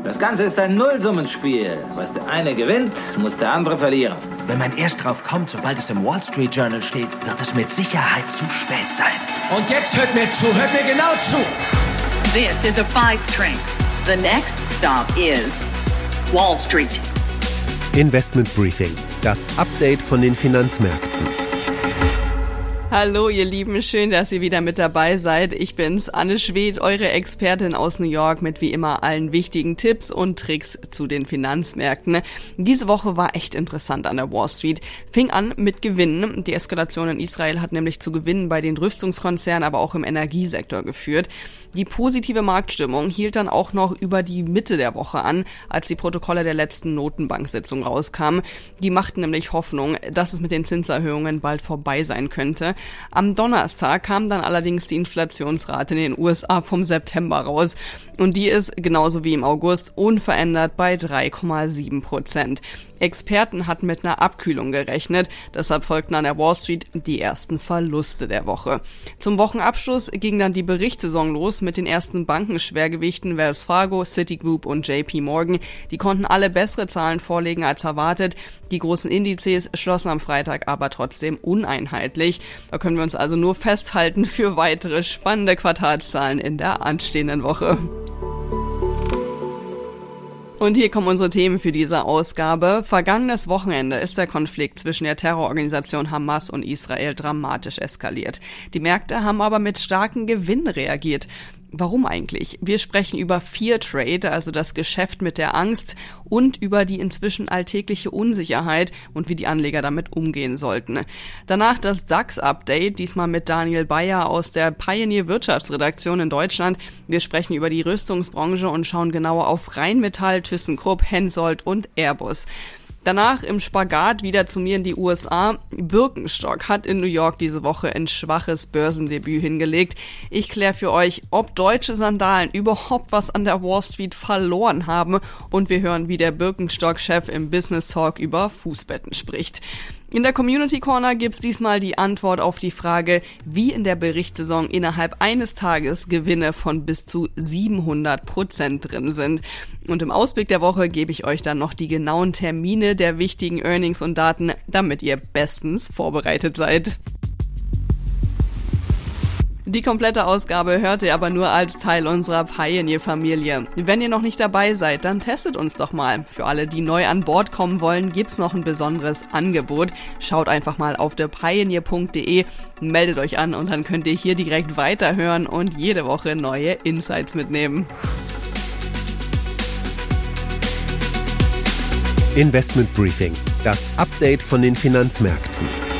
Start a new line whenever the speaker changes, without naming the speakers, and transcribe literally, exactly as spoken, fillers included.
Das Ganze ist ein Nullsummenspiel. Was der eine gewinnt, muss der andere verlieren.
Wenn man erst drauf kommt, sobald es im Wall Street Journal steht, wird es mit Sicherheit zu spät sein.
Und jetzt hört mir zu, hört mir genau zu.
This is a five train. The next stop is Wall Street.
Investment Briefing, das Update von den Finanzmärkten.
Hallo ihr Lieben, schön, dass ihr wieder mit dabei seid. Ich bin's, Anne Schwedt, eure Expertin aus New York mit wie immer allen wichtigen Tipps und Tricks zu den Finanzmärkten. Diese Woche war echt interessant an der Wall Street. Fing an mit Gewinnen. Die Eskalation in Israel hat nämlich zu Gewinnen bei den Rüstungskonzernen, aber auch im Energiesektor geführt. Die positive Marktstimmung hielt dann auch noch über die Mitte der Woche an, als die Protokolle der letzten Notenbank-Sitzung rauskamen. Die machten nämlich Hoffnung, dass es mit den Zinserhöhungen bald vorbei sein könnte. Am Donnerstag kam dann allerdings die Inflationsrate in den U S A vom September raus. Und die ist, genauso wie im August, unverändert bei drei Komma sieben Prozent. Experten hatten mit einer Abkühlung gerechnet, deshalb folgten an der Wall Street die ersten Verluste der Woche. Zum Wochenabschluss ging dann die Berichtssaison los mit den ersten Bankenschwergewichten Wells Fargo, Citigroup und J P Morgan. Die konnten alle bessere Zahlen vorlegen als erwartet. Die großen Indizes schlossen am Freitag aber trotzdem uneinheitlich. Da können wir uns also nur festhalten für weitere spannende Quartalszahlen in der anstehenden Woche. Und hier kommen unsere Themen für diese Ausgabe. Vergangenes Wochenende ist der Konflikt zwischen der Terrororganisation Hamas und Israel dramatisch eskaliert. Die Märkte haben aber mit starken Gewinnen reagiert. Warum eigentlich? Wir sprechen über Fear Trade, also das Geschäft mit der Angst, und über die inzwischen alltägliche Unsicherheit und wie die Anleger damit umgehen sollten. Danach das DAX-Update, diesmal mit Daniel Bayer aus der Pioneer Wirtschaftsredaktion in Deutschland. Wir sprechen über die Rüstungsbranche und schauen genauer auf Rheinmetall, ThyssenKrupp, Hensoldt und Airbus. Danach im Spagat wieder zu mir in die U S A. Birkenstock hat in New York diese Woche ein schwaches Börsendebüt hingelegt. Ich kläre für euch, ob deutsche Sandalen überhaupt was an der Wall Street verloren haben, und wir hören, wie der Birkenstock-Chef im Business Talk über Fußbetten spricht. In der Community Corner gibt's diesmal die Antwort auf die Frage, wie in der Berichtssaison innerhalb eines Tages Gewinne von bis zu siebenhundert Prozent drin sind. Und im Ausblick der Woche gebe ich euch dann noch die genauen Termine der wichtigen Earnings und Daten, damit ihr bestens vorbereitet seid. Die komplette Ausgabe hört ihr aber nur als Teil unserer Pioneer-Familie. Wenn ihr noch nicht dabei seid, dann testet uns doch mal. Für alle, die neu an Bord kommen wollen, gibt's noch ein besonderes Angebot. Schaut einfach mal auf der pioneer punkt de, meldet euch an und dann könnt ihr hier direkt weiterhören und jede Woche neue Insights mitnehmen.
Investment Briefing, das Update von den Finanzmärkten.